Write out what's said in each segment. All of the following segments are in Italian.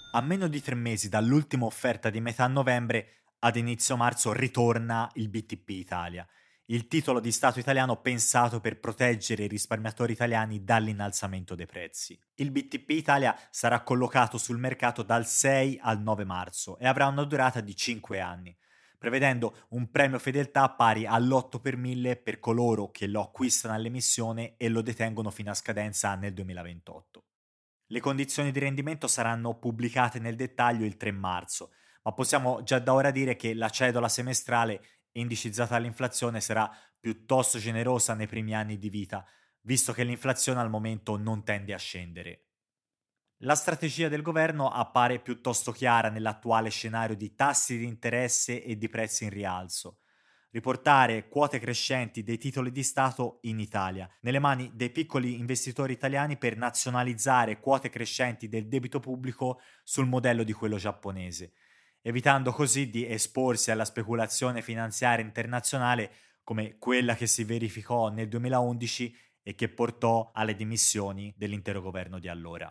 A meno di 3 mesi dall'ultima offerta di metà novembre, ad inizio marzo ritorna il BTP Italia, il titolo di Stato italiano pensato per proteggere i risparmiatori italiani dall'innalzamento dei prezzi. Il BTP Italia sarà collocato sul mercato dal 6 al 9 marzo e avrà una durata di 5 anni, prevedendo un premio fedeltà pari all'8 per 1000 per coloro che lo acquistano all'emissione e lo detengono fino a scadenza nel 2028. Le condizioni di rendimento saranno pubblicate nel dettaglio il 3 marzo, ma possiamo già da ora dire che la cedola semestrale indicizzata all'inflazione sarà piuttosto generosa nei primi anni di vita, visto che l'inflazione al momento non tende a scendere. La strategia del governo appare piuttosto chiara nell'attuale scenario di tassi di interesse e di prezzi in rialzo. Riportare quote crescenti dei titoli di Stato in Italia, nelle mani dei piccoli investitori italiani per nazionalizzare quote crescenti del debito pubblico sul modello di quello giapponese, evitando così di esporsi alla speculazione finanziaria internazionale come quella che si verificò nel 2011 e che portò alle dimissioni dell'intero governo di allora.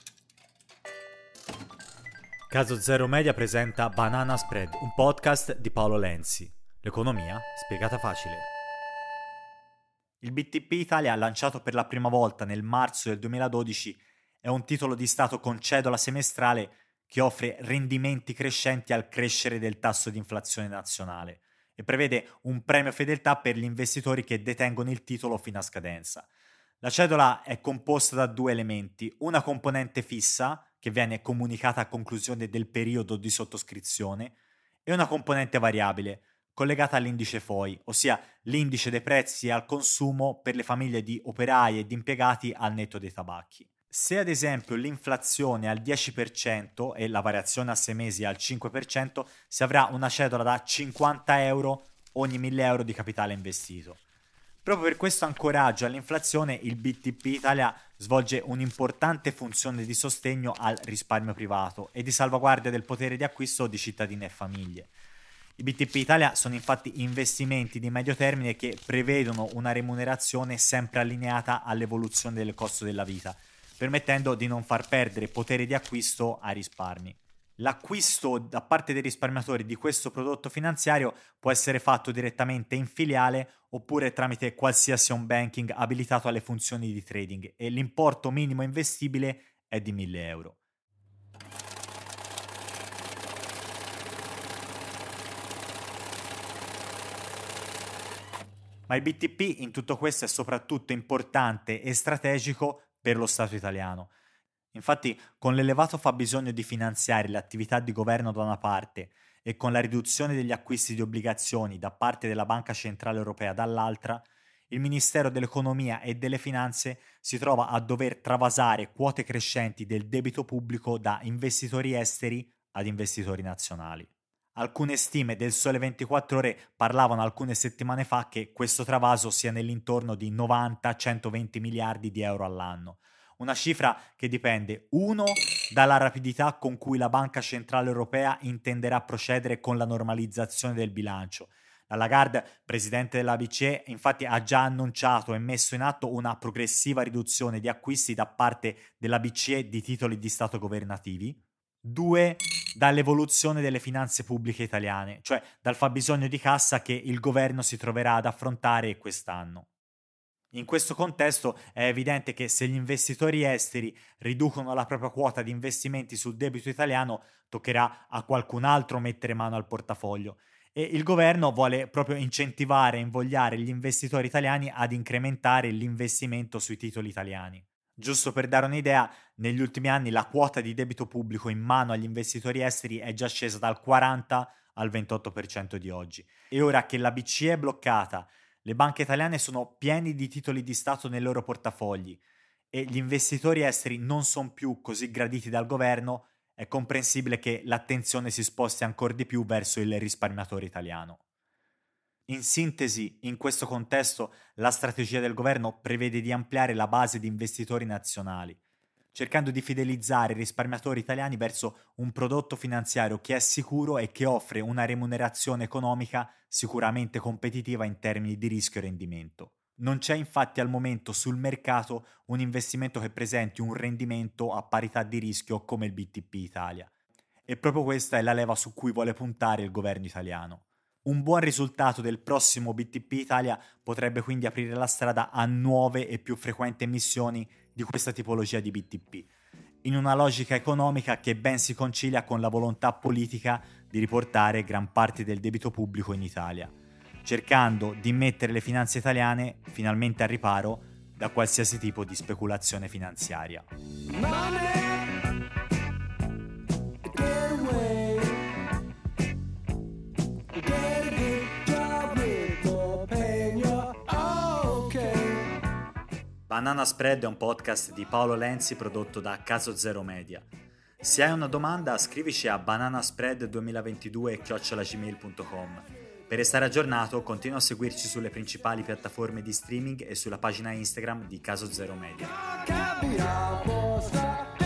Caso Zero Media presenta Banana Spread, un podcast di Paolo Lenzi. L'economia spiegata facile. Il BTP Italia, lanciato per la prima volta nel marzo del 2012, è un titolo di Stato con cedola semestrale che offre rendimenti crescenti al crescere del tasso di inflazione nazionale e prevede un premio fedeltà per gli investitori che detengono il titolo fino a scadenza. La cedola è composta da due elementi, una componente fissa, che viene comunicata a conclusione del periodo di sottoscrizione, e una componente variabile, collegata all'indice FOI, ossia l'indice dei prezzi al consumo per le famiglie di operai e di impiegati al netto dei tabacchi. Se ad esempio l'inflazione è al 10% e la variazione a 6 mesi è al 5%, si avrà una cedola da 50 euro ogni 1000 euro di capitale investito. Proprio per questo ancoraggio all'inflazione, il BTP Italia svolge un'importante funzione di sostegno al risparmio privato e di salvaguardia del potere di acquisto di cittadini e famiglie. I BTP Italia sono infatti investimenti di medio termine che prevedono una remunerazione sempre allineata all'evoluzione del costo della vita, permettendo di non far perdere potere di acquisto ai risparmi. L'acquisto da parte dei risparmiatori di questo prodotto finanziario può essere fatto direttamente in filiale oppure tramite qualsiasi home banking abilitato alle funzioni di trading e l'importo minimo investibile è di 1000 euro. Ma il BTP in tutto questo è soprattutto importante e strategico per lo Stato italiano. Infatti, con l'elevato fabbisogno di finanziare le attività di governo da una parte e con la riduzione degli acquisti di obbligazioni da parte della Banca Centrale Europea dall'altra, il Ministero dell'Economia e delle Finanze si trova a dover travasare quote crescenti del debito pubblico da investitori esteri ad investitori nazionali. Alcune stime del Sole 24 Ore parlavano alcune settimane fa che questo travaso sia nell'intorno di 90-120 miliardi di euro all'anno. Una cifra che dipende, uno, dalla rapidità con cui la Banca Centrale Europea intenderà procedere con la normalizzazione del bilancio. La Lagarde, presidente della BCE, infatti ha già annunciato e messo in atto una progressiva riduzione di acquisti da parte della BCE di titoli di Stato governativi. Due, dall'evoluzione delle finanze pubbliche italiane, cioè dal fabbisogno di cassa che il governo si troverà ad affrontare quest'anno. In questo contesto è evidente che se gli investitori esteri riducono la propria quota di investimenti sul debito italiano, toccherà a qualcun altro mettere mano al portafoglio e il governo vuole proprio incentivare e invogliare gli investitori italiani ad incrementare l'investimento sui titoli italiani. Giusto per dare un'idea, negli ultimi anni la quota di debito pubblico in mano agli investitori esteri è già scesa dal 40 al 28% di oggi. E ora che la BCE è bloccata, le banche italiane sono piene di titoli di Stato nei loro portafogli e gli investitori esteri non sono più così graditi dal governo, è comprensibile che l'attenzione si sposti ancora di più verso il risparmiatore italiano. In sintesi, in questo contesto, la strategia del governo prevede di ampliare la base di investitori nazionali, cercando di fidelizzare i risparmiatori italiani verso un prodotto finanziario che è sicuro e che offre una remunerazione economica sicuramente competitiva in termini di rischio e rendimento. Non c'è infatti al momento sul mercato un investimento che presenti un rendimento a parità di rischio come il BTP Italia. E proprio questa è la leva su cui vuole puntare il governo italiano. Un buon risultato del prossimo BTP Italia potrebbe quindi aprire la strada a nuove e più frequenti emissioni di questa tipologia di BTP, in una logica economica che ben si concilia con la volontà politica di riportare gran parte del debito pubblico in Italia, cercando di mettere le finanze italiane finalmente al riparo da qualsiasi tipo di speculazione finanziaria. Banana Spread è un podcast di Paolo Lenzi prodotto da Caso Zero Media. Se hai una domanda scrivici a bananaspread2022@gmail.com. Per restare aggiornato continua a seguirci sulle principali piattaforme di streaming e sulla pagina Instagram di Caso Zero Media.